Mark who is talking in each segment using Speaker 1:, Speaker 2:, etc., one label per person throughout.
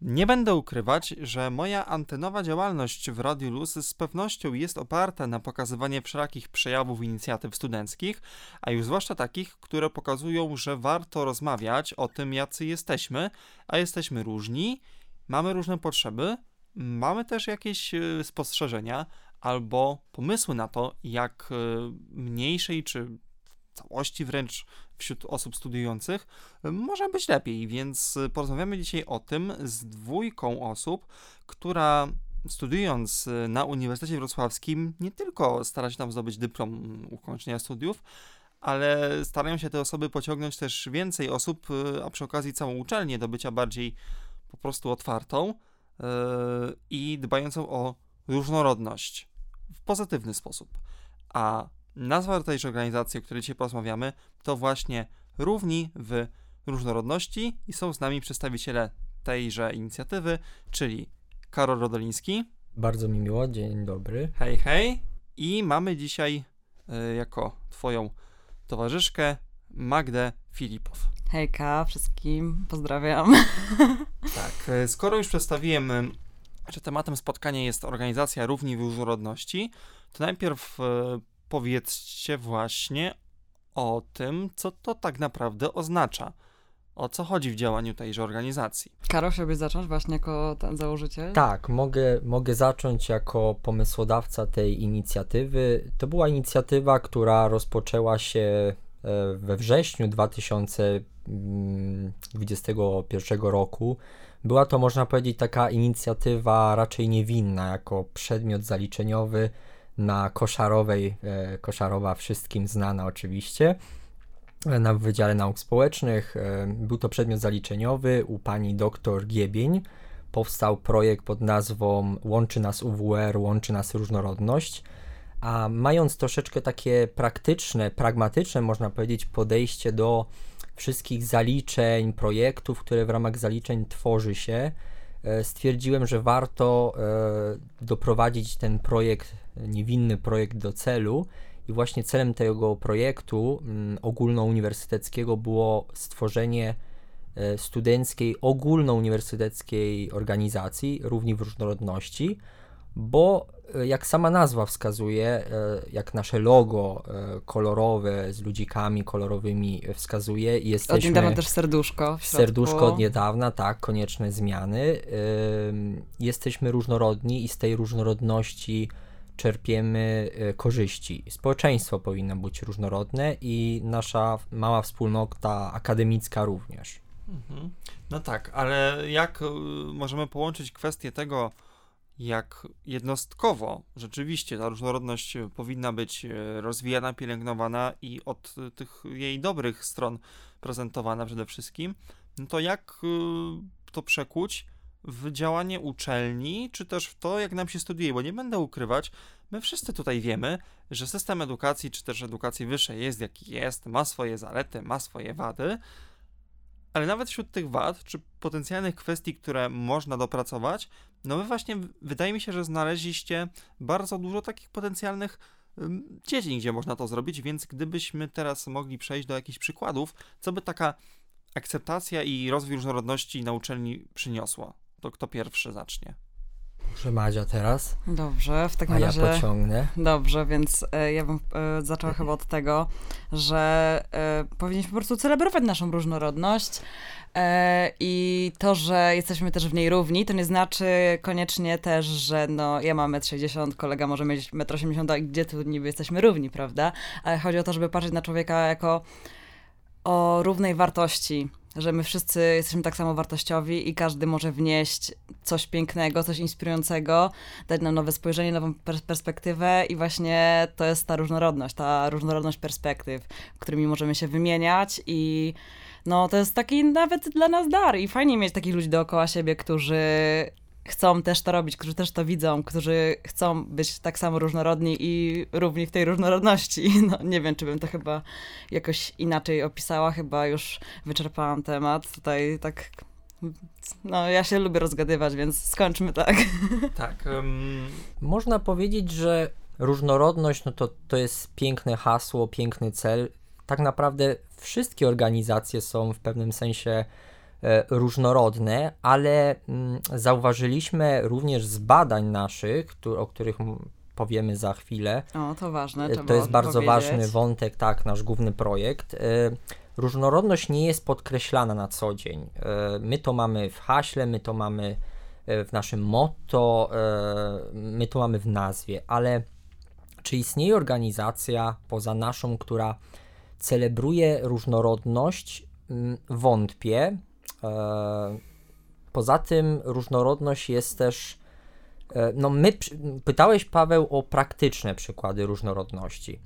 Speaker 1: Nie będę ukrywać, że moja antenowa działalność w Radiu Luz z pewnością jest oparta na pokazywanie wszelakich przejawów inicjatyw studenckich, a już zwłaszcza takich, które pokazują, że warto rozmawiać o tym, jacy jesteśmy, a jesteśmy różni, mamy różne potrzeby, mamy też jakieś spostrzeżenia albo pomysły na to, jak mniejszej czy całości wręcz wśród osób studiujących może być lepiej, więc porozmawiamy dzisiaj o tym z dwójką osób, która studiując na Uniwersytecie Wrocławskim nie tylko stara się tam zdobyć dyplom ukończenia studiów, ale starają się te osoby pociągnąć też więcej osób, a przy okazji całą uczelnię do bycia bardziej po prostu otwartą i dbającą o różnorodność w pozytywny sposób. A nazwa tejże organizacji, o której dzisiaj porozmawiamy, to właśnie Równi w Różnorodności i są z nami przedstawiciele tejże inicjatywy, czyli Karol Rodoliński.
Speaker 2: Bardzo mi miło, dzień dobry.
Speaker 1: Hej, hej. I mamy dzisiaj jako twoją towarzyszkę Magdę Filipow.
Speaker 3: Hejka wszystkim, pozdrawiam.
Speaker 1: Tak, skoro już przedstawiłem, że tematem spotkania jest organizacja Równi w Różnorodności, to najpierw powiedzcie właśnie o tym, co to tak naprawdę oznacza. O co chodzi w działaniu tejże organizacji.
Speaker 3: Karol, chciałbyś zacząć właśnie jako ten założyciel?
Speaker 2: Tak, mogę zacząć jako pomysłodawca tej inicjatywy. To była inicjatywa, która rozpoczęła się we wrześniu 2021 roku. Była to, można powiedzieć, taka inicjatywa raczej niewinna, jako przedmiot zaliczeniowy na Koszarowej, Koszarowa wszystkim znana oczywiście, na Wydziale Nauk Społecznych. Był to przedmiot zaliczeniowy u pani dr Giebień. Powstał projekt pod nazwą Łączy nas UWR, łączy nas różnorodność, a mając troszeczkę takie praktyczne, pragmatyczne, można powiedzieć, podejście do wszystkich zaliczeń, projektów, które w ramach zaliczeń tworzy się, stwierdziłem, że warto doprowadzić ten projekt, niewinny projekt do celu i właśnie celem tego projektu ogólnouniwersyteckiego było stworzenie studenckiej, ogólnouniwersyteckiej organizacji Równi w Różnorodności, bo jak sama nazwa wskazuje, jak nasze logo kolorowe z ludzikami kolorowymi wskazuje, jesteśmy...
Speaker 3: Od niedawna też serduszko w środku.
Speaker 2: Serduszko od niedawna, tak, konieczne zmiany. Jesteśmy różnorodni i z tej różnorodności czerpiemy korzyści. Społeczeństwo powinno być różnorodne i nasza mała wspólnota akademicka również.
Speaker 1: Mhm. No tak, ale jak możemy połączyć kwestię tego, jak jednostkowo rzeczywiście ta różnorodność powinna być rozwijana, pielęgnowana i od tych jej dobrych stron prezentowana przede wszystkim, no to jak to przekuć w działanie uczelni, czy też w to, jak nam się studiuje, bo nie będę ukrywać, my wszyscy tutaj wiemy, że system edukacji, czy też edukacji wyższej jest jaki jest, ma swoje zalety, ma swoje wady, ale nawet wśród tych wad, czy potencjalnych kwestii, które można dopracować, no wy właśnie, wydaje mi się, że znaleźliście bardzo dużo takich potencjalnych dziedzin, gdzie można to zrobić, więc gdybyśmy teraz mogli przejść do jakichś przykładów, co by taka akceptacja i rozwój różnorodności na uczelni przyniosła, to kto pierwszy zacznie?
Speaker 2: Może Madzia teraz?
Speaker 3: Dobrze, w takim
Speaker 2: a
Speaker 3: razie...
Speaker 2: ja pociągnę.
Speaker 3: Dobrze, więc ja bym zaczęła chyba od tego, że powinniśmy po prostu celebrować naszą różnorodność i to, że jesteśmy też w niej równi, to nie znaczy koniecznie też, że no ja mam 1,60 m, kolega może mieć 1,80 m, a gdzie tu niby jesteśmy równi, prawda? Ale chodzi o to, żeby patrzeć na człowieka jako o równej wartości, że my wszyscy jesteśmy tak samo wartościowi i każdy może wnieść coś pięknego, coś inspirującego, dać nam nowe spojrzenie, nową perspektywę i właśnie to jest ta różnorodność perspektyw, którymi możemy się wymieniać i no to jest taki nawet dla nas dar i fajnie mieć takich ludzi dookoła siebie, którzy chcą też to robić, którzy też to widzą, którzy chcą być tak samo różnorodni i równi w tej różnorodności. No nie wiem, czy bym to chyba jakoś inaczej opisała, chyba już wyczerpałam temat. Tutaj tak, no ja się lubię rozgadywać, więc skończmy tak.
Speaker 1: Tak.
Speaker 2: Można powiedzieć, że różnorodność, no to jest piękne hasło, piękny cel. Tak naprawdę wszystkie organizacje są w pewnym sensie różnorodne, ale zauważyliśmy również z badań naszych, o których powiemy za chwilę.
Speaker 3: O, to ważne, trzeba
Speaker 2: to jest bardzo
Speaker 3: powiedzieć.
Speaker 2: ważny wątek, tak, nasz główny projekt. Różnorodność nie jest podkreślana na co dzień. My to mamy w haśle, my to mamy w naszym motto, my to mamy w nazwie, ale czy istnieje organizacja poza naszą, która celebruje różnorodność? Wątpię. Poza tym różnorodność jest też, pytałeś, Paweł, o praktyczne przykłady różnorodności.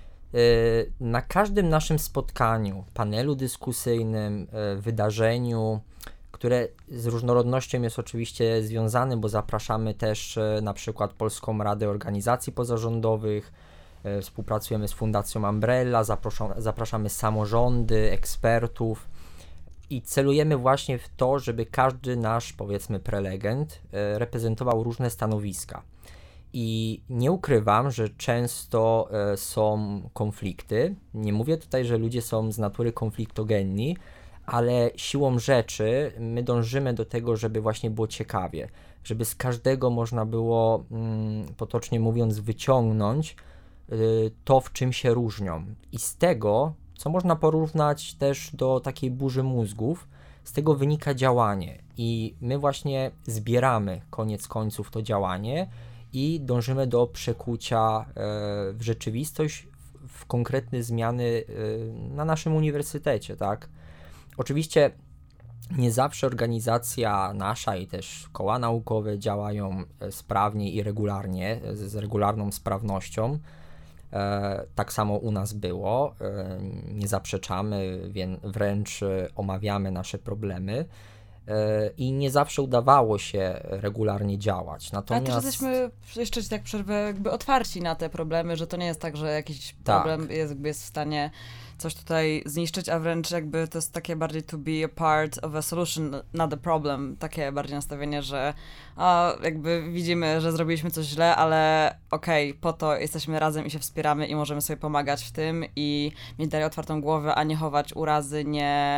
Speaker 2: Na każdym naszym spotkaniu, panelu dyskusyjnym, wydarzeniu, które z różnorodnością jest oczywiście związane, bo zapraszamy też na przykład Polską Radę Organizacji Pozarządowych, współpracujemy z Fundacją Umbrella, zapraszamy samorządy, ekspertów i celujemy właśnie w to, żeby każdy nasz, powiedzmy, prelegent reprezentował różne stanowiska. I nie ukrywam, że często są konflikty. Nie mówię tutaj, że ludzie są z natury konfliktogenni, ale siłą rzeczy my dążymy do tego, żeby właśnie było ciekawie, żeby z każdego można było, potocznie mówiąc, wyciągnąć to, w czym się różnią. I z tego, co można porównać też do takiej burzy mózgów, z tego wynika działanie. I my właśnie zbieramy koniec końców to działanie i dążymy do przekucia w rzeczywistość, w konkretne zmiany na naszym uniwersytecie, tak? Oczywiście nie zawsze organizacja nasza i też koła naukowe działają sprawnie i regularnie, z regularną sprawnością. Tak samo u nas było, nie zaprzeczamy, wręcz omawiamy nasze problemy i nie zawsze udawało się regularnie działać. Natomiast...
Speaker 3: Ale też jesteśmy, jeszcze ci tak przerwę, jakby otwarci na te problemy, że to nie jest tak, że jakiś problem jest w stanie coś tutaj zniszczyć, a wręcz jakby to jest takie bardziej to be a part of a solution, not a problem, takie bardziej nastawienie, że jakby widzimy, że zrobiliśmy coś źle, ale okej, po to jesteśmy razem i się wspieramy i możemy sobie pomagać w tym i mieć dalej otwartą głowę, a nie chować urazy,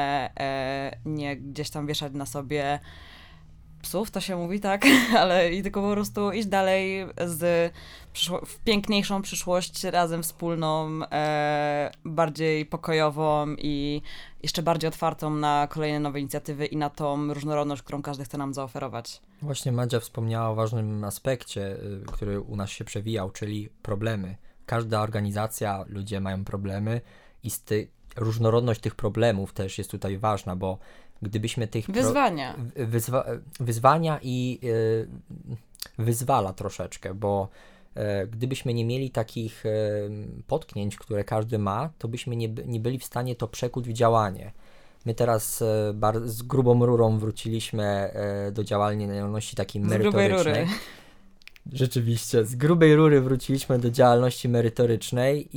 Speaker 3: nie gdzieś tam wieszać na sobie psów, to się mówi, tak, ale i tylko po prostu iść dalej w piękniejszą przyszłość razem wspólną, bardziej pokojową i jeszcze bardziej otwartą na kolejne nowe inicjatywy i na tą różnorodność, którą każdy chce nam zaoferować.
Speaker 2: Właśnie Madzia wspomniała o ważnym aspekcie, który u nas się przewijał, czyli problemy. Każda organizacja, ludzie mają problemy i różnorodność tych problemów też jest tutaj ważna, bo gdybyśmy tych...
Speaker 3: Wyzwania.
Speaker 2: Wyzwania i wyzwala troszeczkę, bo gdybyśmy nie mieli takich potknięć, które każdy ma, to byśmy nie byli w stanie to przekuć w działanie. My teraz z grubą rurą wróciliśmy do działalności takiej merytorycznej.
Speaker 3: Z grubej rury.
Speaker 2: Rzeczywiście, z grubej rury wróciliśmy do działalności merytorycznej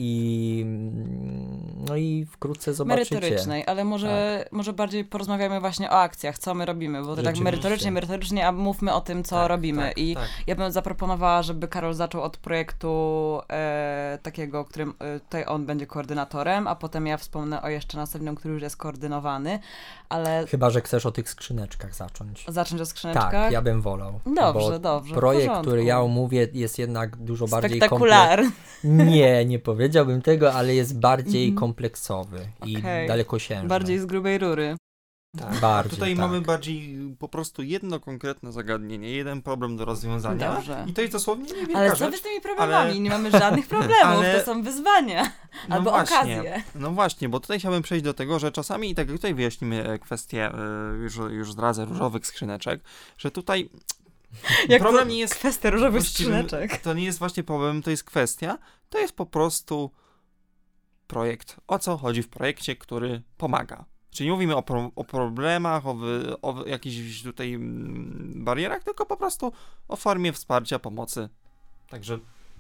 Speaker 2: i wkrótce zobaczycie.
Speaker 3: Merytorycznej, ale może bardziej porozmawiamy właśnie o akcjach, co my robimy, bo to tak merytorycznie, a mówmy o tym, co robimy. Ja bym zaproponowała, żeby Karol zaczął od projektu takiego, którym tutaj on będzie koordynatorem, a potem ja wspomnę o jeszcze następnym, który już jest koordynowany, ale...
Speaker 2: Chyba że chcesz o tych skrzyneczkach zacząć.
Speaker 3: Zacząć o skrzyneczkach?
Speaker 2: Tak, ja bym wolał.
Speaker 3: Dobrze.
Speaker 2: Projekt, który ja omówię, jest jednak dużo bardziej
Speaker 3: spektakularny.
Speaker 2: Nie powiedziałbym tego, ale jest bardziej kompleksowy i dalekosiężny.
Speaker 3: Bardziej z grubej rury.
Speaker 1: Tak. Bardziej, tutaj mamy bardziej po prostu jedno konkretne zagadnienie, jeden problem do rozwiązania.
Speaker 3: Dobrze.
Speaker 1: I to jest dosłownie niewielka
Speaker 3: Ale
Speaker 1: rzecz.
Speaker 3: co wy z tymi problemami? Nie mamy żadnych problemów, to są wyzwania. Albo okazje.
Speaker 1: No właśnie, bo tutaj chciałbym przejść do tego, że czasami, i tak jak tutaj wyjaśnimy kwestię, już zdradzę, różowych skrzyneczek, że tutaj problem nie jest...
Speaker 3: Kwestia różowych skrzyneczek.
Speaker 1: To nie jest właśnie problem, to jest kwestia, to jest po prostu projekt. O co chodzi w projekcie, który pomaga? Czyli nie mówimy o problemach, o jakichś tutaj barierach, tylko po prostu o formie wsparcia, pomocy. Także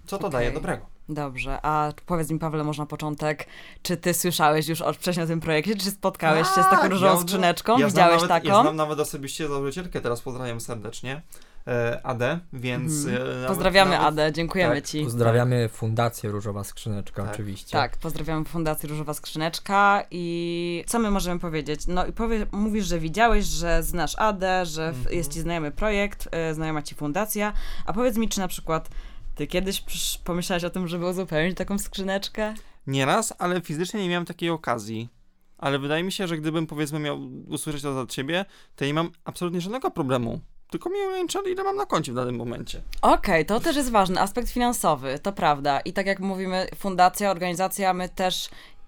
Speaker 1: co to daje dobrego.
Speaker 3: Dobrze, a powiedz mi, Pawle, może na początek, czy ty słyszałeś już wcześniej o tym projekcie, czy spotkałeś się z taką różową skrzyneczką? Widziałeś taką?
Speaker 1: Ja znam nawet osobiście założycielkę, teraz pozdrawiam serdecznie, Adę, więc...
Speaker 3: Pozdrawiamy Adę, dziękujemy Ci.
Speaker 2: Pozdrawiamy Fundację Różowa Skrzyneczka, oczywiście.
Speaker 3: Tak, pozdrawiamy Fundację Różowa Skrzyneczka i co my możemy powiedzieć? No i mówisz, że widziałeś, że znasz Adę, że jest Ci znajomy projekt, znajoma Ci fundacja, a powiedz mi, czy na przykład ty kiedyś pomyślałeś o tym, żeby uzupełnić taką skrzyneczkę?
Speaker 1: Nieraz, ale fizycznie nie miałem takiej okazji. Ale wydaje mi się, że gdybym, powiedzmy, miał usłyszeć to od ciebie, to nie mam absolutnie żadnego problemu. Tylko mi ograniczali, ile mam na koncie w danym momencie.
Speaker 3: Okej, to też jest ważny aspekt finansowy, to prawda. I tak jak mówimy, fundacja, organizacja, my też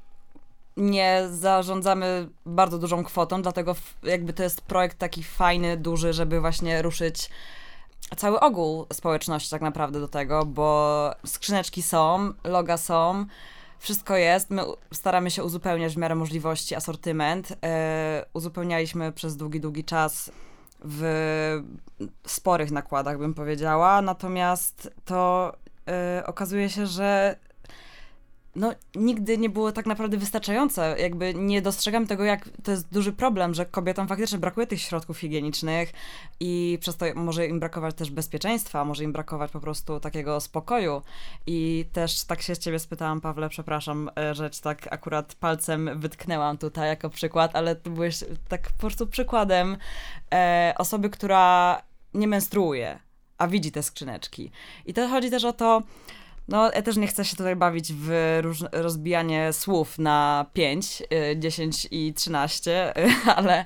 Speaker 3: nie zarządzamy bardzo dużą kwotą, dlatego jakby to jest projekt taki fajny, duży, żeby właśnie ruszyć cały ogół społeczności tak naprawdę do tego, bo skrzyneczki są, loga są, wszystko jest. My staramy się uzupełniać w miarę możliwości asortyment. Uzupełnialiśmy przez długi czas w sporych nakładach, bym powiedziała, natomiast to okazuje się, że no, nigdy nie było tak naprawdę wystarczające. Jakby nie dostrzegam tego, jak to jest duży problem, że kobietom faktycznie brakuje tych środków higienicznych i przez to może im brakować też bezpieczeństwa, może im brakować po prostu takiego spokoju. I też tak się z ciebie spytałam, Pawle, przepraszam, że ci tak akurat palcem wytknęłam tutaj jako przykład, ale ty byłeś tak po prostu przykładem osoby, która nie menstruuje, a widzi te skrzyneczki. I to chodzi też o to, no, ja też nie chcę się tutaj bawić w rozbijanie słów na 5, 10 i 13, ale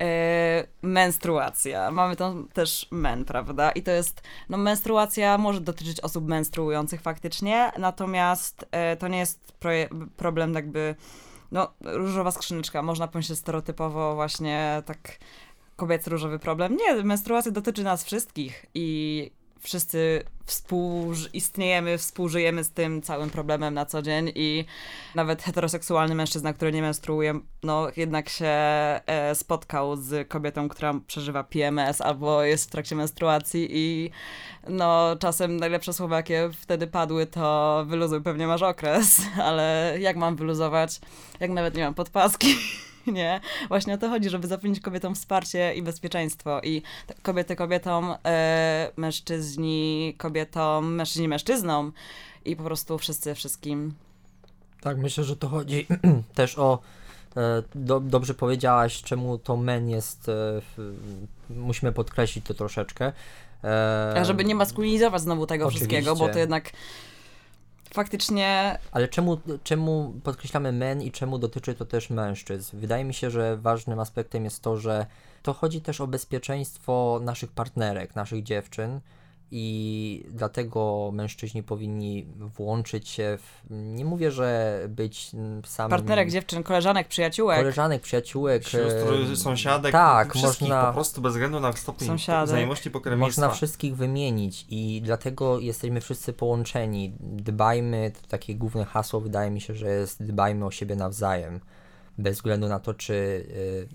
Speaker 3: menstruacja. Mamy tam też prawda? I to jest, no menstruacja może dotyczyć osób menstruujących faktycznie, natomiast to nie jest problem jakby, no różowa skrzyneczka, można pomyśleć stereotypowo właśnie tak kobiecy różowy problem. Nie, menstruacja dotyczy nas wszystkich i wszyscy współistniejemy, współżyjemy z tym całym problemem na co dzień i nawet heteroseksualny mężczyzna, który nie menstruuje, no jednak się spotkał z kobietą, która przeżywa PMS albo jest w trakcie menstruacji i no czasem najlepsze słowa, jakie wtedy padły, to wyluzuj, pewnie masz okres, ale jak mam wyluzować, jak nawet nie mam podpaski? Nie, właśnie o to chodzi, żeby zapewnić kobietom wsparcie i bezpieczeństwo i kobiety kobietom, mężczyźni kobietom, mężczyźni mężczyznom i po prostu wszyscy wszystkim.
Speaker 2: Tak, myślę, że to chodzi też o, dobrze powiedziałaś, czemu to men jest, musimy podkreślić to troszeczkę.
Speaker 3: A żeby nie maskulinizować znowu tego wszystkiego, bo to jednak faktycznie...
Speaker 2: Ale czemu podkreślamy men i czemu dotyczy to też mężczyzn? Wydaje mi się, że ważnym aspektem jest to, że to chodzi też o bezpieczeństwo naszych partnerek, naszych dziewczyn i dlatego mężczyźni powinni włączyć się w, nie mówię, że być samym...
Speaker 3: Partnerek, dziewczyn, koleżanek, przyjaciółek,
Speaker 1: sióstr, sąsiadek,
Speaker 2: tak,
Speaker 1: można po prostu bez względu na stopień znajomości pokrewieństwa.
Speaker 2: Można wszystkich wymienić i dlatego jesteśmy wszyscy połączeni. Dbajmy, to takie główne hasło wydaje mi się, że jest dbajmy o siebie nawzajem. Bez względu na to, czy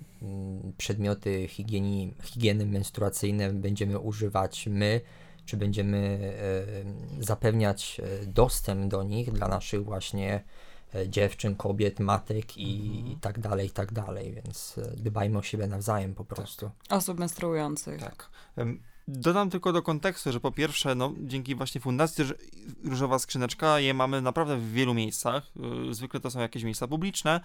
Speaker 2: przedmioty higieny menstruacyjnej będziemy używać my, czy będziemy zapewniać dostęp do nich dla naszych właśnie dziewczyn, kobiet, matek i tak dalej, więc dbajmy o siebie nawzajem po prostu.
Speaker 3: Osób menstruujących.
Speaker 1: Tak. Dodam tylko do kontekstu, że po pierwsze, no, dzięki właśnie fundacji Różowa Skrzyneczka je mamy naprawdę w wielu miejscach. Zwykle to są jakieś miejsca publiczne,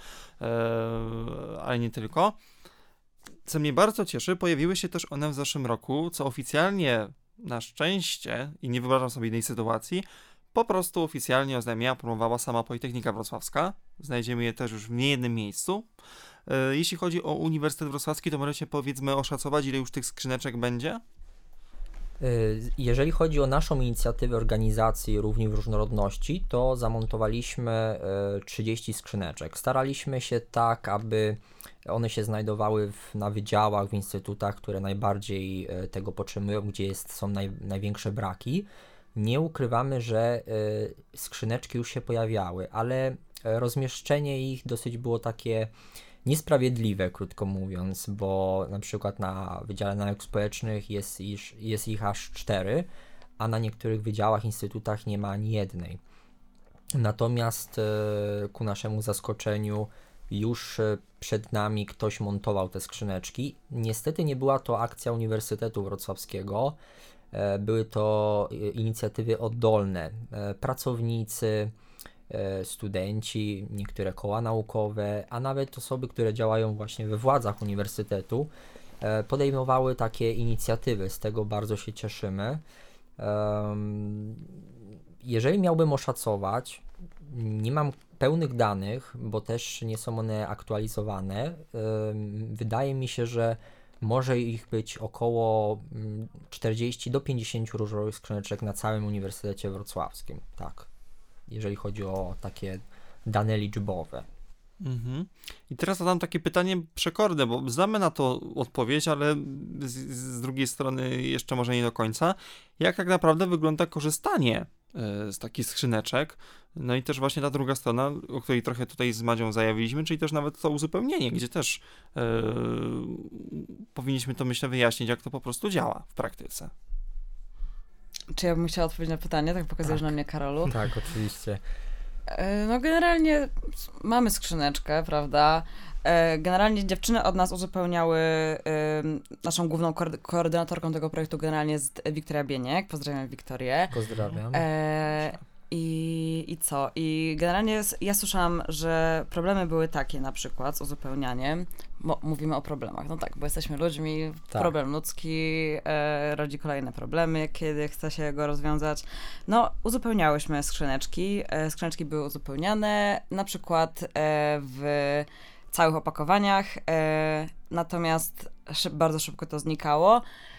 Speaker 1: ale nie tylko. Co mnie bardzo cieszy, pojawiły się też one w zeszłym roku, co oficjalnie na szczęście, i nie wyobrażam sobie innej sytuacji, po prostu oficjalnie oznajmiała, promowała sama Politechnika Wrocławska. Znajdziemy je też już w niejednym miejscu. Jeśli chodzi o Uniwersytet Wrocławski, to możecie, powiedzmy, oszacować, ile już tych skrzyneczek będzie?
Speaker 2: Jeżeli chodzi o naszą inicjatywę organizacji Równi w Różnorodności, to zamontowaliśmy 30 skrzyneczek. Staraliśmy się tak, aby one się znajdowały na wydziałach, w instytutach, które najbardziej tego potrzebują, gdzie są największe braki. Nie ukrywamy, że skrzyneczki już się pojawiały, ale rozmieszczenie ich dosyć było takie niesprawiedliwe, krótko mówiąc, bo na przykład na Wydziale Nauk Społecznych jest ich aż 4, a na niektórych wydziałach, instytutach nie ma ani jednej. Natomiast ku naszemu zaskoczeniu już przed nami ktoś montował te skrzyneczki. Niestety nie była to akcja Uniwersytetu Wrocławskiego, były to inicjatywy oddolne. Pracownicy, studenci, niektóre koła naukowe, a nawet osoby, które działają właśnie we władzach uniwersytetu, podejmowały takie inicjatywy. Z tego bardzo się cieszymy. Jeżeli miałbym oszacować, nie mam pełnych danych, bo też nie są one aktualizowane. Wydaje mi się, że może ich być około 40 do 50 różowych skrzyneczek na całym Uniwersytecie Wrocławskim, tak, jeżeli chodzi o takie dane liczbowe.
Speaker 1: I teraz zadam takie pytanie przekorne, bo znamy na to odpowiedź, ale z drugiej strony jeszcze może nie do końca. Jak tak naprawdę wygląda korzystanie z takich skrzyneczek? No i też właśnie ta druga strona, o której trochę tutaj z Madzią zajawiliśmy, czyli też nawet to uzupełnienie, gdzie też powinniśmy to, myślę, wyjaśnić, jak to po prostu działa w praktyce.
Speaker 3: Czy ja bym chciała odpowiedzieć na pytanie? Tak pokazujesz na mnie, Karolu?
Speaker 2: Tak, oczywiście.
Speaker 3: No generalnie mamy skrzyneczkę, prawda? Generalnie dziewczyny od nas uzupełniały, naszą główną koordynatorką tego projektu generalnie jest Wiktoria Bieniek. Pozdrawiam Wiktorię.
Speaker 2: Pozdrawiam.
Speaker 3: I co? I generalnie ja słyszałam, że problemy były takie na przykład z uzupełnianiem. Mówimy o problemach, no tak, bo jesteśmy ludźmi,
Speaker 2: tak.
Speaker 3: Problem ludzki rodzi kolejne problemy, kiedy chce się go rozwiązać. No, uzupełniałyśmy skrzyneczki. Skrzyneczki były uzupełniane, na przykład w całych opakowaniach, natomiast bardzo szybko to znikało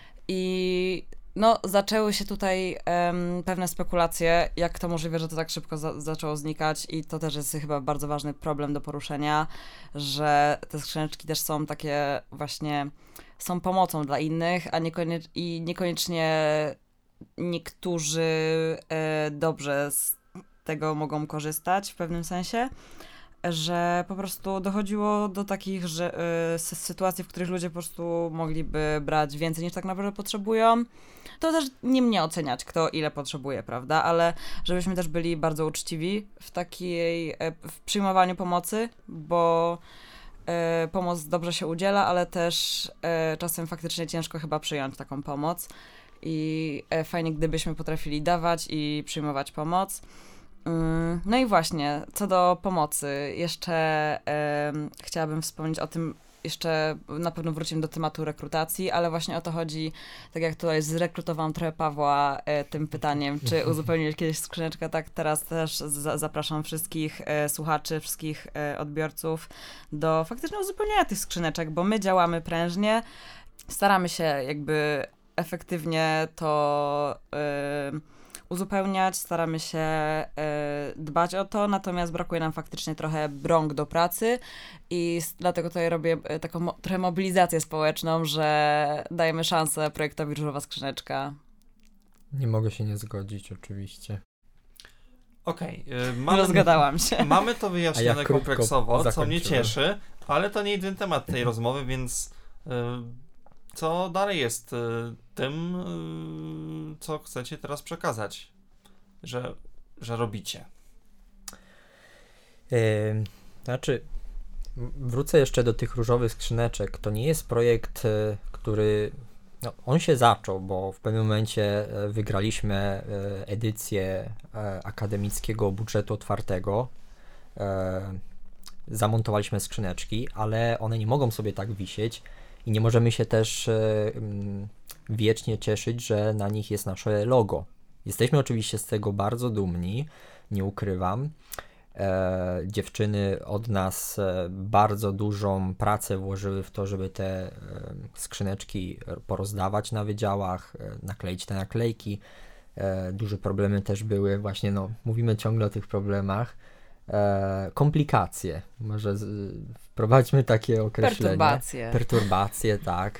Speaker 3: i no, zaczęły się tutaj pewne spekulacje, jak to możliwe, że to tak szybko zaczęło znikać i to też jest chyba bardzo ważny problem do poruszenia, że te skrzyneczki też są takie właśnie, są pomocą dla innych, a niekoniecznie niektórzy dobrze z tego mogą korzystać w pewnym sensie, że po prostu dochodziło do takich sytuacji, w których ludzie po prostu mogliby brać więcej niż tak naprawdę potrzebują. To też nie mnie oceniać, kto ile potrzebuje, prawda, ale żebyśmy też byli bardzo uczciwi w przyjmowaniu pomocy, bo pomoc dobrze się udziela, ale też czasem faktycznie ciężko chyba przyjąć taką pomoc i fajnie, gdybyśmy potrafili dawać i przyjmować pomoc. No i właśnie, co do pomocy, jeszcze chciałabym wspomnieć o tym, jeszcze na pewno wrócimy do tematu rekrutacji, ale właśnie o to chodzi, tak jak tutaj zrekrutowałam trochę Pawła tym pytaniem, czy uzupełniłeś kiedyś skrzyneczkę, tak teraz też zapraszam wszystkich słuchaczy, wszystkich odbiorców do faktycznie uzupełniania tych skrzyneczek, bo my działamy prężnie, staramy się jakby efektywnie to uzupełniać, staramy się dbać o to, natomiast brakuje nam faktycznie trochę rąk do pracy i dlatego tutaj robię taką trochę mobilizację społeczną, że dajemy szansę projektowi Różowa Skrzyneczka.
Speaker 2: Nie mogę się nie zgodzić, oczywiście.
Speaker 1: Okej.
Speaker 3: Rozgadałam się.
Speaker 1: Mamy to wyjaśnione kompleksowo, co mnie
Speaker 2: zakończyłem.
Speaker 1: cieszy, ale to nie jedyny temat tej rozmowy, więc co dalej jest tym, co chcecie teraz przekazać, że robicie?
Speaker 2: Znaczy, wrócę jeszcze do tych różowych skrzyneczek. To nie jest projekt, który... No, on się zaczął, bo w pewnym momencie wygraliśmy edycję akademickiego budżetu otwartego. Zamontowaliśmy skrzyneczki, ale one nie mogą sobie tak wisieć i nie możemy się też wiecznie cieszyć, że na nich jest nasze logo. Jesteśmy oczywiście z tego bardzo dumni, nie ukrywam. Dziewczyny od nas bardzo dużą pracę włożyły w to, żeby te skrzyneczki porozdawać na wydziałach, nakleić te naklejki. Duże problemy też były, właśnie no, mówimy ciągle o tych problemach. Komplikacje, może wprowadźmy takie określenie. Perturbacje, tak.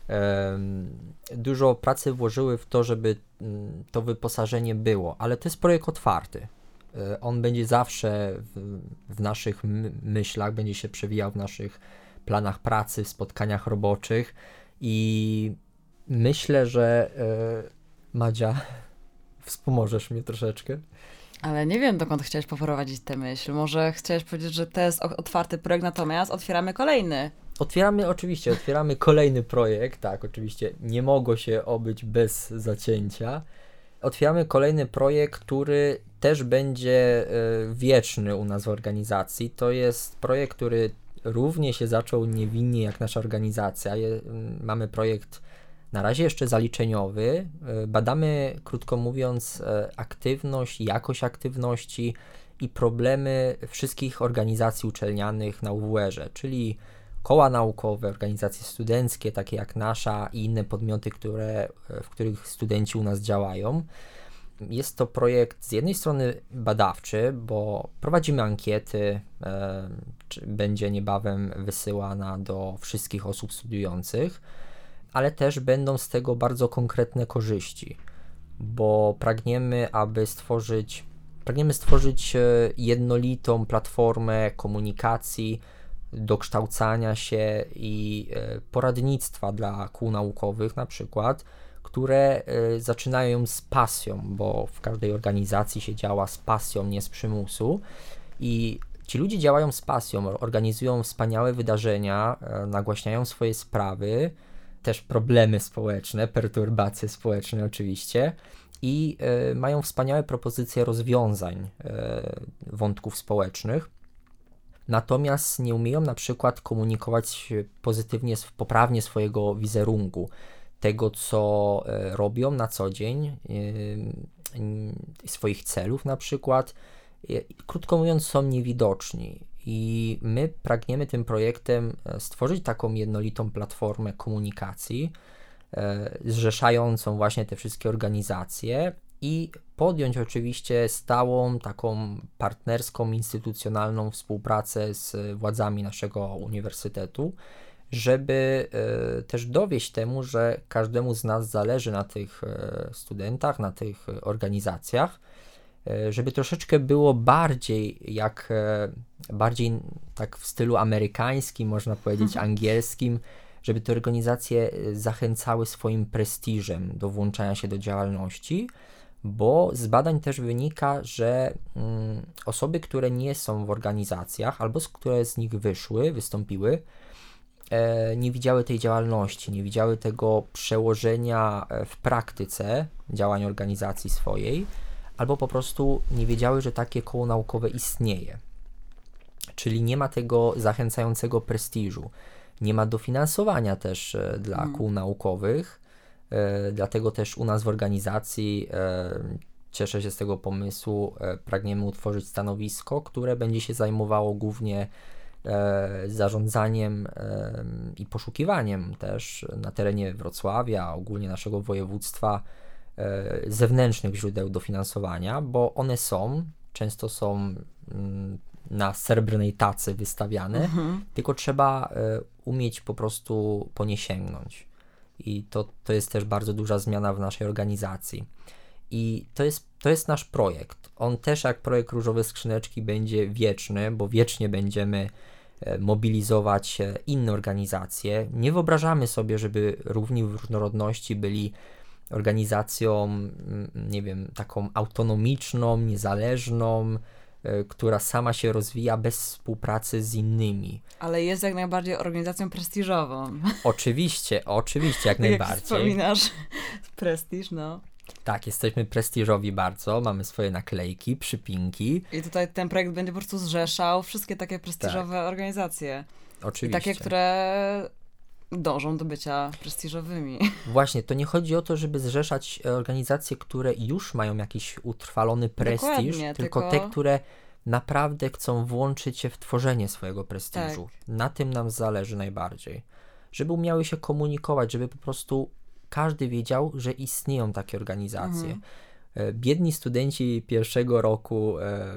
Speaker 2: Dużo pracy włożyły w to, żeby to wyposażenie było, ale to jest projekt otwarty. On będzie zawsze w naszych myślach, będzie się przewijał w naszych planach pracy, spotkaniach roboczych i myślę, że Madzia, wspomożesz mnie troszeczkę.
Speaker 3: Ale nie wiem, dokąd chciałeś poprowadzić tę myśl. Może chciałeś powiedzieć, że to jest otwarty projekt, natomiast otwieramy kolejny.
Speaker 2: Otwieramy kolejny projekt, tak, oczywiście nie mogło się obyć bez zacięcia. Otwieramy kolejny projekt, który też będzie wieczny u nas w organizacji. To jest projekt, który równie się zaczął niewinnie jak nasza organizacja. Mamy projekt na razie jeszcze zaliczeniowy. Badamy, krótko mówiąc, aktywność, jakość aktywności i problemy wszystkich organizacji uczelnianych na UWR-ze, czyli koła naukowe, organizacje studenckie, takie jak nasza i inne podmioty, w których studenci u nas działają. Jest to projekt z jednej strony badawczy, bo prowadzimy ankiety, będzie niebawem wysyłana do wszystkich osób studiujących, ale też będą z tego bardzo konkretne korzyści, bo pragniemy stworzyć jednolitą platformę komunikacji, dokształcania się i poradnictwa dla kół naukowych na przykład, które zaczynają z pasją, bo w każdej organizacji się działa z pasją, nie z przymusu i ci ludzie działają z pasją, organizują wspaniałe wydarzenia, nagłaśniają swoje sprawy, też problemy społeczne, perturbacje społeczne oczywiście i mają wspaniałe propozycje rozwiązań wątków społecznych. Natomiast nie umieją na przykład komunikować pozytywnie, poprawnie swojego wizerunku, tego co robią na co dzień, swoich celów na przykład. Krótko mówiąc, są niewidoczni i my pragniemy tym projektem stworzyć taką jednolitą platformę komunikacji, zrzeszającą właśnie te wszystkie organizacje i podjąć oczywiście stałą, taką partnerską, instytucjonalną współpracę z władzami naszego uniwersytetu, żeby też dowieść temu, że każdemu z nas zależy na tych studentach, na tych organizacjach, żeby troszeczkę było bardziej tak w stylu amerykańskim, można powiedzieć angielskim, żeby te organizacje zachęcały swoim prestiżem do włączania się do działalności, bo z badań też wynika, że osoby, które nie są w organizacjach albo które z nich wystąpiły, nie widziały tej działalności, nie widziały tego przełożenia w praktyce działań organizacji swojej, albo po prostu nie wiedziały, że takie koło naukowe istnieje. Czyli nie ma tego zachęcającego prestiżu, nie ma dofinansowania też dla kół naukowych, dlatego też u nas w organizacji cieszę się z tego pomysłu, pragniemy utworzyć stanowisko, które będzie się zajmowało głównie zarządzaniem i poszukiwaniem też na terenie Wrocławia, ogólnie naszego województwa, zewnętrznych źródeł dofinansowania, bo one często są na srebrnej tacy wystawiane, tylko trzeba umieć po prostu po nie sięgnąć. I to jest też bardzo duża zmiana w naszej organizacji. I to jest nasz projekt. On też jak projekt Różowe Skrzyneczki będzie wieczny, bo wiecznie będziemy mobilizować inne organizacje. Nie wyobrażamy sobie, żeby Równi w Różnorodności byli organizacją, nie wiem, taką autonomiczną, niezależną, która sama się rozwija bez współpracy z innymi.
Speaker 3: Ale jest jak najbardziej organizacją prestiżową.
Speaker 2: Oczywiście, jak najbardziej.
Speaker 3: Jak wspominasz, prestiż, no.
Speaker 2: Tak, jesteśmy prestiżowi bardzo, mamy swoje naklejki, przypinki.
Speaker 3: I tutaj ten projekt będzie po prostu zrzeszał wszystkie takie prestiżowe organizacje.
Speaker 2: Oczywiście.
Speaker 3: I takie, które dążą do bycia prestiżowymi.
Speaker 2: Właśnie, to nie chodzi o to, żeby zrzeszać organizacje, które już mają jakiś utrwalony prestiż, tylko te, które naprawdę chcą włączyć się w tworzenie swojego prestiżu. Tak. Na tym nam zależy najbardziej. Żeby umiały się komunikować, żeby po prostu każdy wiedział, że istnieją takie organizacje. Biedni studenci pierwszego roku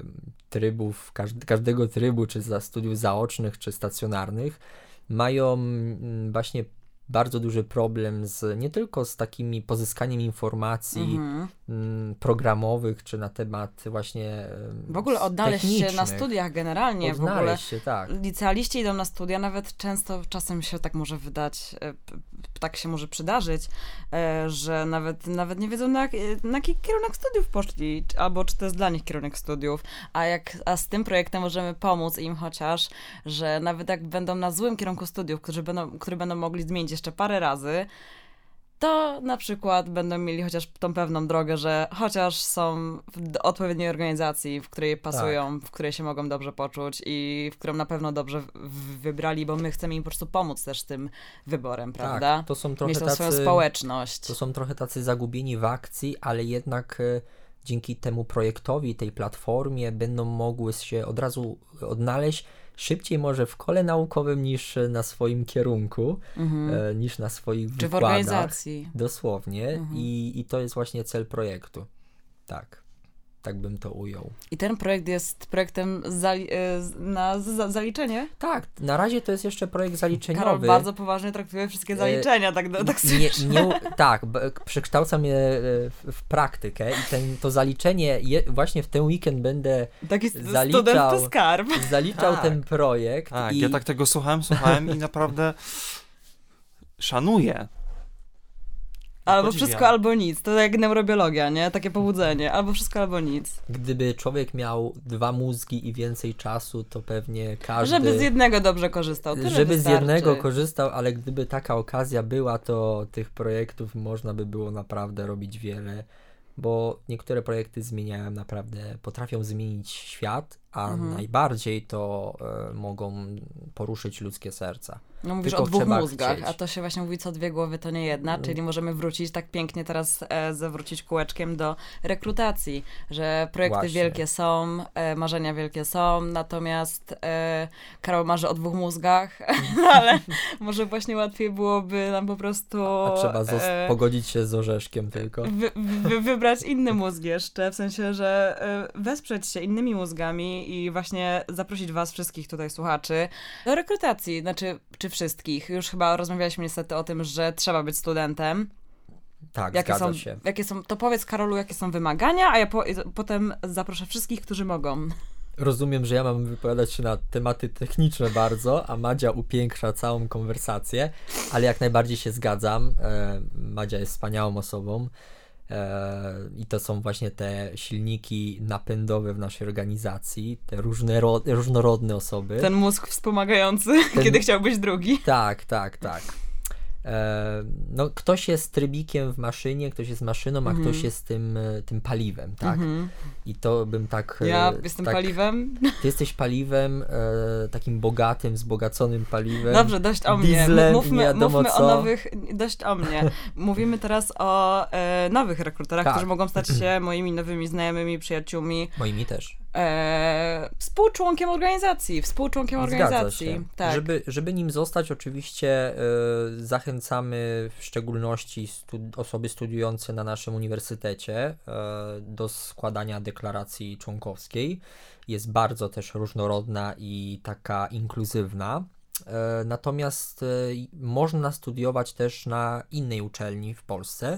Speaker 2: trybów, każdego trybu, czy za studiów zaocznych, czy stacjonarnych, mają właśnie bardzo duży problem nie tylko z takimi pozyskaniem informacji programowych, czy na temat właśnie
Speaker 3: w ogóle odnaleźć się na
Speaker 2: technicznych.
Speaker 3: studiach generalnie. W ogóle
Speaker 2: się, tak.
Speaker 3: licealiści idą na studia, nawet często czasem się tak może wydać, tak się może przydarzyć, że nawet nie wiedzą na jaki kierunek studiów poszli, albo czy to jest dla nich kierunek studiów, a z tym projektem możemy pomóc im chociaż, że nawet jak będą na złym kierunku studiów, który będą mogli zmienić jeszcze parę razy, to na przykład będą mieli chociaż tą pewną drogę, że chociaż są w odpowiedniej organizacji, w której pasują, w której się mogą dobrze poczuć i w którą na pewno dobrze wybrali, bo my chcemy im po prostu pomóc też tym wyborem, prawda?
Speaker 2: Tak, to są trochę
Speaker 3: mieć tą swoją społeczność.
Speaker 2: To są trochę tacy zagubieni w akcji, ale jednak dzięki temu projektowi, tej platformie będą mogły się od razu odnaleźć szybciej może w kole naukowym niż na swoim kierunku, niż na swoich
Speaker 3: czy
Speaker 2: wykładach.
Speaker 3: w organizacji.
Speaker 2: Dosłownie. I to jest właśnie cel projektu. Tak bym to ujął.
Speaker 3: I ten projekt jest projektem na zaliczenie?
Speaker 2: Tak, na razie to jest jeszcze projekt zaliczeniowy.
Speaker 3: Karol bardzo poważnie traktuje wszystkie zaliczenia, tak
Speaker 2: tak, przekształcam je w praktykę i to zaliczenie, właśnie w ten weekend będę
Speaker 3: taki student skarb.
Speaker 2: Zaliczał ten projekt.
Speaker 1: Tak, ja tak tego słuchałem i naprawdę szanuję.
Speaker 3: Albo
Speaker 1: Podziwiam.
Speaker 3: wszystko, albo nic. To jak neurobiologia, nie? Takie pobudzenie. Albo wszystko, albo nic.
Speaker 2: Gdyby człowiek miał 2 mózgi i więcej czasu, to pewnie każdy...
Speaker 3: Żeby z jednego dobrze korzystał.
Speaker 2: Żeby z jednego korzystał, ale gdyby taka okazja była, to tych projektów można by było naprawdę robić wiele, bo niektóre projekty potrafią zmienić świat, a najbardziej to mogą poruszyć ludzkie serca.
Speaker 3: No mówisz
Speaker 2: tylko
Speaker 3: o 2 mózgach,
Speaker 2: chcieć.
Speaker 3: A to się właśnie mówi co 2 głowy to nie jedna, czyli możemy wrócić tak pięknie teraz zawrócić kółeczkiem do rekrutacji, że projekty wielkie są, marzenia wielkie są, natomiast Karol marzy o 2 mózgach, ale może właśnie łatwiej byłoby nam po prostu...
Speaker 2: A trzeba pogodzić się z orzeszkiem tylko.
Speaker 3: Wybrać inny mózg jeszcze, w sensie, że wesprzeć się innymi mózgami i właśnie zaprosić was wszystkich tutaj słuchaczy do rekrutacji, czy wszystkich. Już chyba rozmawialiśmy niestety o tym, że trzeba być studentem.
Speaker 2: Tak, zgadza się.
Speaker 3: To powiedz Karolu, jakie są wymagania, a ja potem zaproszę wszystkich, którzy mogą.
Speaker 2: Rozumiem, że ja mam wypowiadać się na tematy techniczne bardzo, a Madzia upiększa całą konwersację, ale jak najbardziej się zgadzam. Madzia jest wspaniałą osobą. I to są właśnie te silniki napędowe w naszej organizacji, te różnorodne osoby.
Speaker 3: Ten mózg wspomagający, kiedy chciałbyś drugi.
Speaker 2: Tak. No, ktoś jest trybikiem w maszynie, ktoś jest maszyną, a ktoś jest tym paliwem, tak? I to bym tak...
Speaker 3: Ja jestem paliwem.
Speaker 2: Ty jesteś paliwem, takim bogatym, wzbogaconym paliwem.
Speaker 3: Dobrze, dość o mnie.
Speaker 2: Dieslem,
Speaker 3: mówmy o nowych... Dość o mnie. Mówimy teraz o nowych rekruterach, którzy mogą stać się moimi nowymi znajomymi, przyjaciółmi.
Speaker 2: Moimi też.
Speaker 3: Współczłonkiem organizacji.
Speaker 2: Zgadza się. Tak. Żeby nim zostać, oczywiście zachęcamy w szczególności osoby studiujące na naszym uniwersytecie do składania deklaracji członkowskiej. Jest bardzo też różnorodna i taka inkluzywna. Natomiast można studiować też na innej uczelni w Polsce.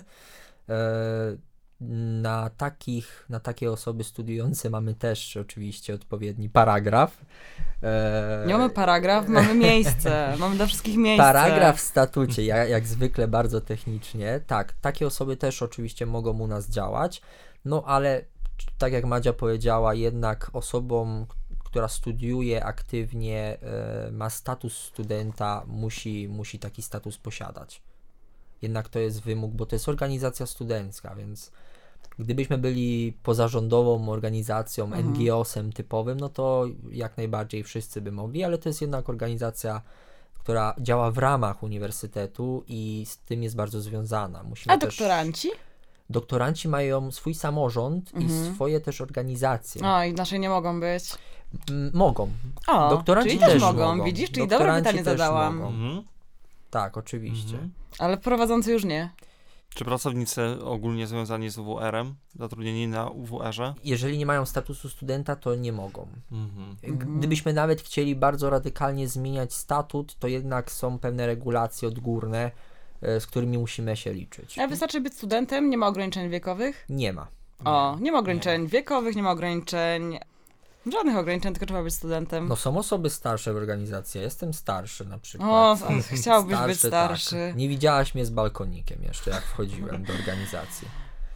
Speaker 2: Na takie osoby studiujące mamy też oczywiście odpowiedni paragraf.
Speaker 3: Nie mamy paragraf, mamy miejsce. Mamy dla wszystkich miejsce.
Speaker 2: Paragraf w statucie, jak zwykle bardzo technicznie. Tak, takie osoby też oczywiście mogą u nas działać, no ale tak jak Madzia powiedziała, jednak osobą, która studiuje aktywnie, ma status studenta, musi taki status posiadać. Jednak to jest wymóg, bo to jest organizacja studencka, więc gdybyśmy byli pozarządową organizacją, NGO-sem typowym, no to jak najbardziej wszyscy by mogli, ale to jest jednak organizacja, która działa w ramach uniwersytetu i z tym jest bardzo związana.
Speaker 3: A doktoranci?
Speaker 2: Doktoranci mają swój samorząd i swoje też organizacje.
Speaker 3: I nasze nie mogą być.
Speaker 2: Mogą.
Speaker 3: Doktoranci czyli też mogą. Widzisz, czyli dobre pytanie zadałam.
Speaker 2: Tak, oczywiście.
Speaker 3: Ale prowadzący już nie.
Speaker 1: Czy pracownicy ogólnie związani z UWR-em, zatrudnieni na UWR-ze?
Speaker 2: Jeżeli nie mają statusu studenta, to nie mogą.
Speaker 1: Mhm.
Speaker 2: Gdybyśmy nawet chcieli bardzo radykalnie zmieniać statut, to jednak są pewne regulacje odgórne, z którymi musimy się liczyć.
Speaker 3: A wystarczy być studentem? Nie ma ograniczeń wiekowych?
Speaker 2: Nie ma.
Speaker 3: Nie ma ograniczeń wiekowych, nie ma ograniczeń... Żadnych ograniczeń, tylko trzeba być studentem.
Speaker 2: No są osoby starsze w organizacji. Ja jestem starszy na przykład.
Speaker 3: O, chciałbyś być starszy.
Speaker 2: Tak. Nie widziałaś mnie z balkonikiem jeszcze, jak wchodziłem do organizacji.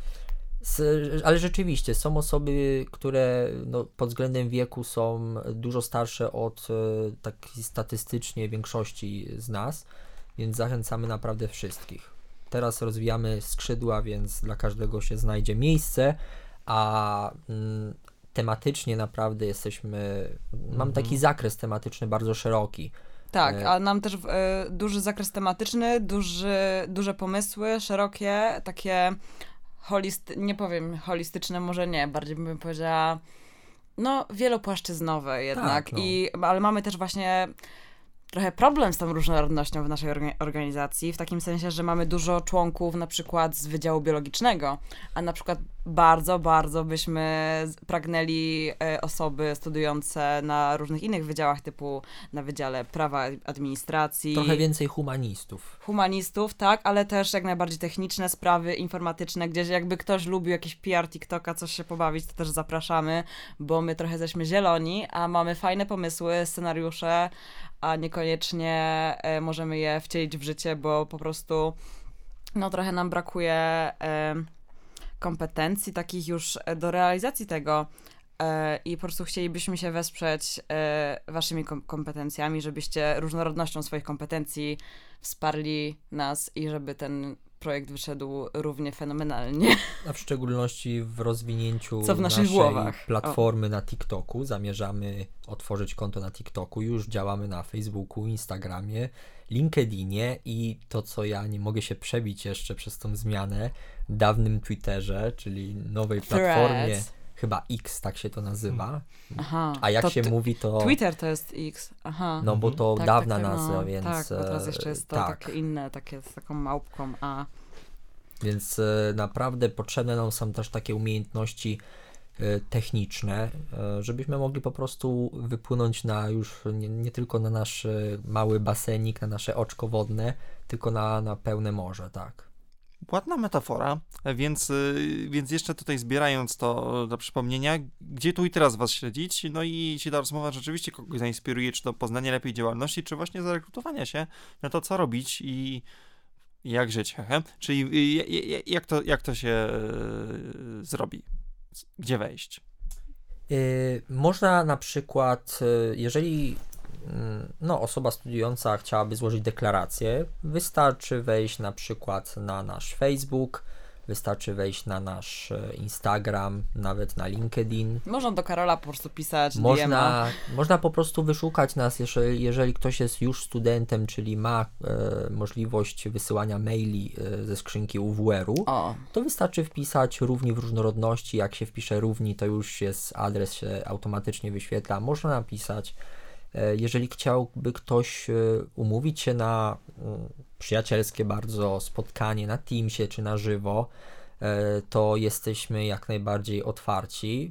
Speaker 2: Ale rzeczywiście, są osoby, które pod względem wieku są dużo starsze od takiej statystycznie większości z nas, więc zachęcamy naprawdę wszystkich. Teraz rozwijamy skrzydła, więc dla każdego się znajdzie miejsce, a tematycznie naprawdę mamy taki zakres tematyczny bardzo szeroki.
Speaker 3: Tak, a nam też duży zakres tematyczny, duże pomysły, szerokie, takie nie powiem holistyczne, może nie, bardziej bym powiedziała, wielopłaszczyznowe jednak.
Speaker 2: Tak,
Speaker 3: Ale mamy też właśnie trochę problem z tą różnorodnością w naszej organizacji, w takim sensie, że mamy dużo członków na przykład z Wydziału Biologicznego, a na przykład bardzo, bardzo byśmy pragnęli osoby studiujące na różnych innych wydziałach, typu na Wydziale Prawa Administracji.
Speaker 2: Trochę więcej humanistów.
Speaker 3: Humanistów, tak, ale też jak najbardziej techniczne sprawy, informatyczne, gdzieś jakby ktoś lubił jakiś PR, TikToka, coś się pobawić, to też zapraszamy, bo my trochę jesteśmy zieloni, a mamy fajne pomysły, scenariusze, a niekoniecznie możemy je wcielić w życie, bo po prostu trochę nam brakuje kompetencji takich już do realizacji tego i po prostu chcielibyśmy się wesprzeć waszymi kompetencjami, żebyście różnorodnością swoich kompetencji wsparli nas i żeby ten projekt wyszedł równie fenomenalnie.
Speaker 2: A w szczególności w rozwinięciu
Speaker 3: co w naszych
Speaker 2: naszej
Speaker 3: głowach.
Speaker 2: platformy na TikToku. Zamierzamy otworzyć konto na TikToku. Już działamy na Facebooku, Instagramie, LinkedInie i to, co ja nie mogę się przebić jeszcze przez tą zmianę, dawnym Twitterze, czyli nowej platformie,
Speaker 3: Threads.
Speaker 2: chyba X, tak się to nazywa.
Speaker 3: Aha.
Speaker 2: A jak się mówi, to...
Speaker 3: Twitter to jest X. Aha.
Speaker 2: No bo to
Speaker 3: Tak,
Speaker 2: dawna
Speaker 3: tak,
Speaker 2: nazwa, więc...
Speaker 3: Tak, bo teraz jeszcze jest to
Speaker 2: tak.
Speaker 3: takie inne, takie z taką małpką, a...
Speaker 2: Więc naprawdę potrzebne nam są też takie umiejętności techniczne, żebyśmy mogli po prostu wypłynąć na już nie tylko na nasz mały basenik, na nasze oczko wodne, tylko na pełne morze, tak.
Speaker 1: Ładna metafora, więc jeszcze tutaj zbierając to do przypomnienia, gdzie tu i teraz was śledzić, no i jeśli ta rozmowa rzeczywiście kogoś zainspiruje, czy do poznania lepiej działalności, czy właśnie zarekrutowania się na to, co robić i jak żyć, czyli jak to się zrobi, gdzie wejść?
Speaker 2: Można na przykład, jeżeli osoba studiująca chciałaby złożyć deklarację, wystarczy wejść na przykład na nasz Facebook, wystarczy wejść na nasz Instagram, nawet na LinkedIn.
Speaker 3: Można do Karola po prostu pisać
Speaker 2: Można po prostu wyszukać nas, jeżeli ktoś jest już studentem, czyli ma możliwość wysyłania maili ze skrzynki UWR-u, to wystarczy wpisać równi w różnorodności. Jak się wpisze równi, to już jest adres, się automatycznie wyświetla. Można napisać. Jeżeli chciałby ktoś umówić się na przyjacielskie bardzo spotkanie na Teamsie czy na żywo, to jesteśmy jak najbardziej otwarci.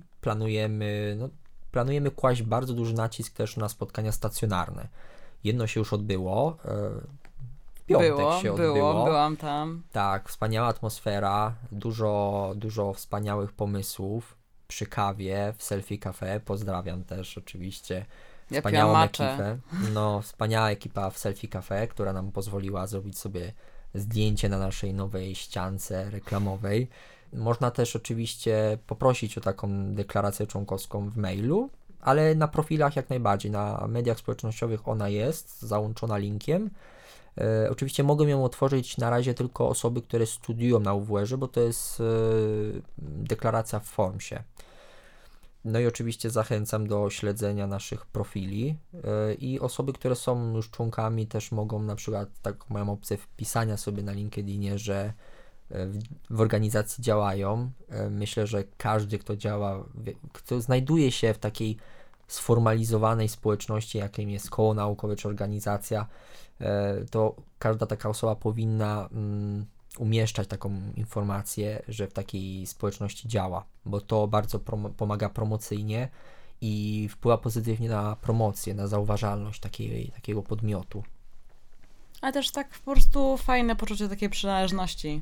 Speaker 2: Planujemy kłaść bardzo duży nacisk też na spotkania stacjonarne. Jedno się już odbyło. W piątek się odbyło.
Speaker 3: Byłam tam.
Speaker 2: Tak, wspaniała atmosfera, dużo wspaniałych pomysłów przy kawie w Selfie Cafe. Pozdrawiam też oczywiście. Wspaniałą ekipę. Wspaniała ekipa w Selfie Cafe, która nam pozwoliła zrobić sobie zdjęcie na naszej nowej ściance reklamowej. Można też oczywiście poprosić o taką deklarację członkowską w mailu, ale na profilach jak najbardziej. Na mediach społecznościowych ona jest załączona linkiem. Oczywiście mogą ją otworzyć na razie tylko osoby, które studiują na UWR-ze, bo to jest deklaracja w Formsie. No i oczywiście zachęcam do śledzenia naszych profili i osoby, które są już członkami, też mogą na przykład mają opcję wpisania sobie na LinkedInie, że w organizacji działają. Myślę, że każdy, kto działa, kto znajduje się w takiej sformalizowanej społeczności, jakim jest koło naukowe czy organizacja, to każda taka osoba powinna umieszczać taką informację, że w takiej społeczności działa, bo to bardzo pomaga promocyjnie i wpływa pozytywnie na promocję, na zauważalność takiego podmiotu.
Speaker 3: Ale też tak po prostu fajne poczucie takiej przynależności.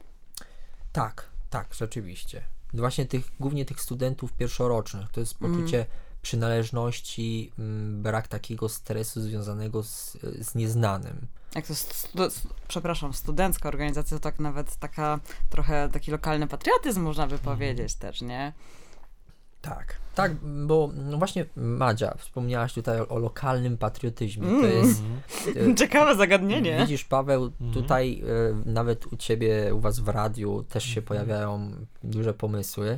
Speaker 2: Tak, rzeczywiście. Właśnie głównie tych studentów pierwszorocznych, to jest poczucie przynależności, brak takiego stresu związanego z nieznanym.
Speaker 3: Jak to studencka organizacja, to tak nawet trochę taki lokalny patriotyzm można by powiedzieć też, nie?
Speaker 2: Tak, bo no właśnie Madzia, wspomniałaś tutaj o lokalnym patriotyzmie. To jest
Speaker 3: ciekawe zagadnienie.
Speaker 2: Widzisz, Paweł, tutaj nawet u ciebie, u was w radiu też się pojawiają duże pomysły,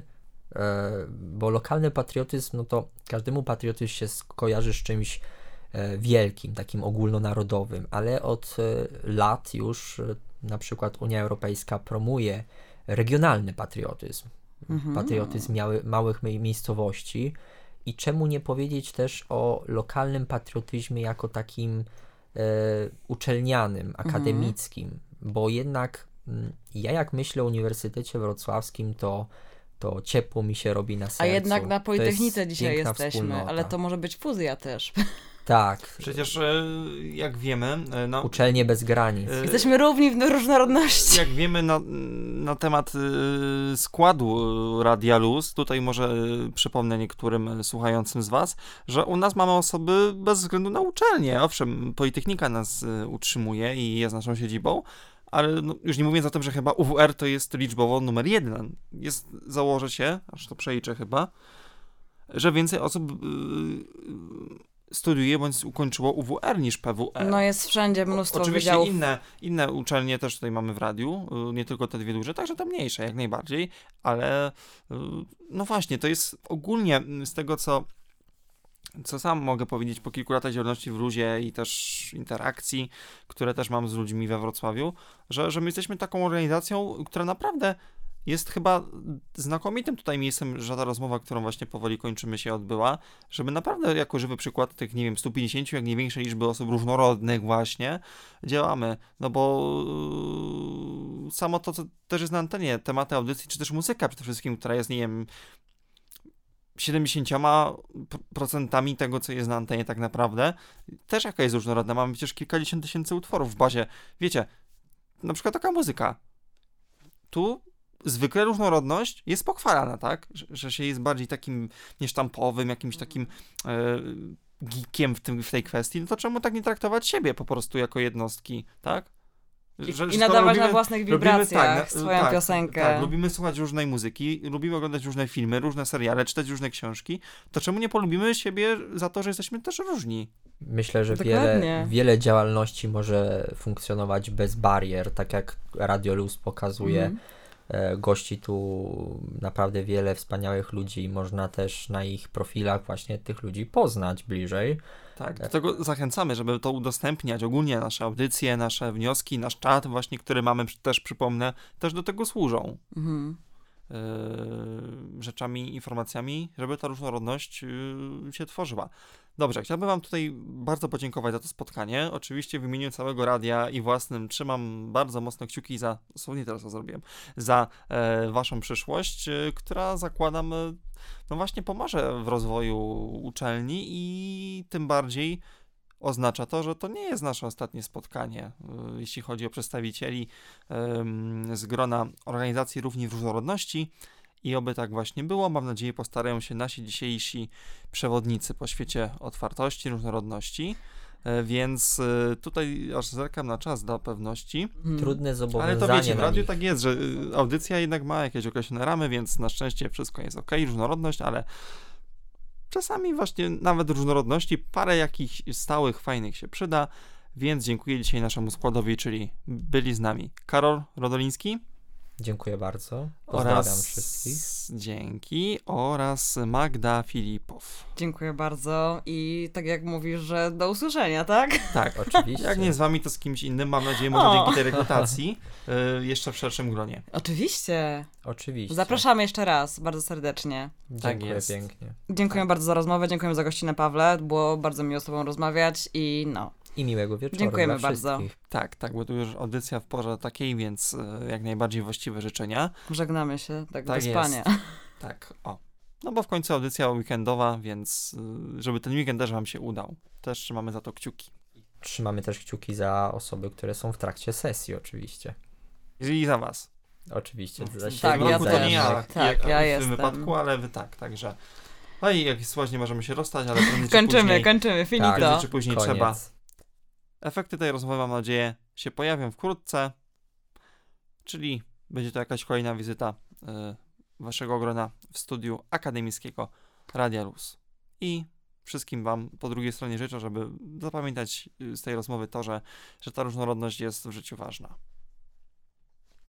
Speaker 2: bo lokalny patriotyzm, no to każdemu patriotyzm się kojarzy z czymś wielkim, takim ogólnonarodowym, ale od lat już na przykład Unia Europejska promuje regionalny patriotyzm. Patriotyzm małych miejscowości i czemu nie powiedzieć też o lokalnym patriotyzmie jako takim uczelnianym, akademickim, bo jednak ja jak myślę o Uniwersytecie Wrocławskim, to ciepło mi się robi na sercu.
Speaker 3: A jednak na Politechnice dzisiaj jesteśmy,
Speaker 2: wspólnota.
Speaker 3: ale to może być fuzja też.
Speaker 2: Tak.
Speaker 1: Przecież jak wiemy...
Speaker 2: Uczelnie bez granic.
Speaker 3: Jesteśmy równi w różnorodności.
Speaker 1: Jak wiemy na temat składu Radia Luz, tutaj może przypomnę niektórym słuchającym z was, że u nas mamy osoby bez względu na uczelnię. Owszem, Politechnika nas utrzymuje i jest naszą siedzibą, ale już nie mówiąc o tym, że chyba UWR to jest liczbowo numer 1. Założę się, aż to przeliczę chyba, że więcej osób studiuje bądź ukończyło UWR niż PWR.
Speaker 3: No jest wszędzie mnóstwo
Speaker 1: Oczywiście
Speaker 3: wydziałów.
Speaker 1: inne uczelnie też tutaj mamy w radiu, nie tylko te dwie duże, także te mniejsze jak najbardziej, ale no właśnie, to jest ogólnie z tego, co sam mogę powiedzieć po kilku latach działalności w Luzie i też interakcji, które też mam z ludźmi we Wrocławiu, że my jesteśmy taką organizacją, która naprawdę jest chyba znakomitym tutaj miejscem, że ta rozmowa, którą właśnie powoli kończymy, się odbyła, żeby naprawdę jako żywy przykład tych, nie wiem, 150, jak nie większej liczby osób różnorodnych właśnie działamy, no bo samo to, co też jest na antenie, tematy audycji, czy też muzyka przede wszystkim, która jest, nie wiem, 70% tego, co jest na antenie tak naprawdę, też jaka jest różnorodna. Mamy przecież kilkadziesiąt tysięcy utworów w bazie. Wiecie, na przykład taka muzyka. Tu zwykle różnorodność jest pochwalana, tak? Że się jest bardziej takim niesztampowym, jakimś takim geekiem w tej kwestii. No to czemu tak nie traktować siebie po prostu jako jednostki, tak?
Speaker 3: I nadawać na własnych wibracjach swoją piosenkę.
Speaker 1: Tak, lubimy słuchać różnej muzyki, lubimy oglądać różne filmy, różne seriale, czytać różne książki, to czemu nie polubimy siebie za to, że jesteśmy też różni?
Speaker 2: Myślę, że
Speaker 3: Dokładnie.
Speaker 2: wiele działalności może funkcjonować bez barier, tak jak Radio Luz pokazuje. Gości tu naprawdę wiele wspaniałych ludzi, można też na ich profilach właśnie tych ludzi poznać bliżej.
Speaker 1: Tak, do tego zachęcamy, żeby to udostępniać, ogólnie nasze audycje, nasze wnioski, nasz czat właśnie, który mamy, też przypomnę, też do tego służą. Rzeczami, informacjami, żeby ta różnorodność się tworzyła. Dobrze, chciałbym wam tutaj bardzo podziękować za to spotkanie. Oczywiście w imieniu całego radia i własnym trzymam bardzo mocno kciuki za, dosłownie teraz to zrobiłem, za waszą przyszłość, która zakładam, no właśnie pomoże w rozwoju uczelni i tym bardziej oznacza to, że to nie jest nasze ostatnie spotkanie, jeśli chodzi o przedstawicieli z grona organizacji Równi w Różnorodności i oby tak właśnie było. Mam nadzieję, postarają się nasi dzisiejsi przewodnicy po świecie otwartości, różnorodności, więc tutaj aż zerkam na czas dla pewności.
Speaker 2: Trudne zobowiązanie.
Speaker 1: Ale to wiecie, w radiu tak jest, że audycja jednak ma jakieś określone ramy, więc na szczęście wszystko jest okej, różnorodność, ale czasami właśnie nawet różnorodności parę jakichś stałych, fajnych się przyda, więc dziękuję dzisiaj naszemu składowi, czyli byli z nami Karol Rodoliński.
Speaker 2: Dziękuję bardzo. Pozdrawiam wszystkich.
Speaker 1: Dzięki. Oraz Magda Filipow.
Speaker 3: Dziękuję bardzo i tak jak mówisz, że do usłyszenia, tak?
Speaker 1: Tak,
Speaker 2: oczywiście.
Speaker 1: Jak nie z wami, to z kimś innym. Mam nadzieję, może dzięki tej rekrutacji jeszcze w szerszym gronie.
Speaker 3: Oczywiście.
Speaker 2: Oczywiście.
Speaker 3: Zapraszamy jeszcze raz, bardzo serdecznie.
Speaker 2: Dziękuję pięknie.
Speaker 3: Dziękuję bardzo za rozmowę, dziękuję za gościnę, Pawle. Było bardzo miło z tobą rozmawiać i no.
Speaker 2: I miłego wieczoru
Speaker 3: Dziękujemy
Speaker 2: dla
Speaker 3: bardzo.
Speaker 2: wszystkich.
Speaker 1: Tak, bo tu już audycja w porze takiej, więc jak najbardziej właściwe życzenia.
Speaker 3: Żegnamy się, tak do
Speaker 1: Tak
Speaker 3: spania.
Speaker 1: jest. Tak, o. No bo w końcu audycja weekendowa, więc żeby ten weekend też wam się udał. Też trzymamy za to kciuki.
Speaker 2: Trzymamy też kciuki za osoby, które są w trakcie sesji oczywiście.
Speaker 1: I za was.
Speaker 2: Oczywiście, za
Speaker 1: W
Speaker 2: siebie
Speaker 3: Tak,
Speaker 1: tym
Speaker 2: i
Speaker 3: ja
Speaker 1: roku
Speaker 2: za
Speaker 1: to
Speaker 3: też.
Speaker 1: nie ja,
Speaker 2: innych.
Speaker 3: Tak, ja
Speaker 1: w
Speaker 3: jestem.
Speaker 1: tym wypadku, ale wy tak, także. No i jak słowo możemy się rozstać, ale prędzej czy później,
Speaker 3: Kończymy, finito.
Speaker 1: prędzej czy później
Speaker 2: Koniec.
Speaker 1: trzeba. Efekty tej rozmowy, mam nadzieję, się pojawią wkrótce, czyli będzie to jakaś kolejna wizyta waszego grona w studiu akademickiego Radia Luz. I wszystkim wam po drugiej stronie życzę, żeby zapamiętać z tej rozmowy to, że ta różnorodność jest w życiu ważna.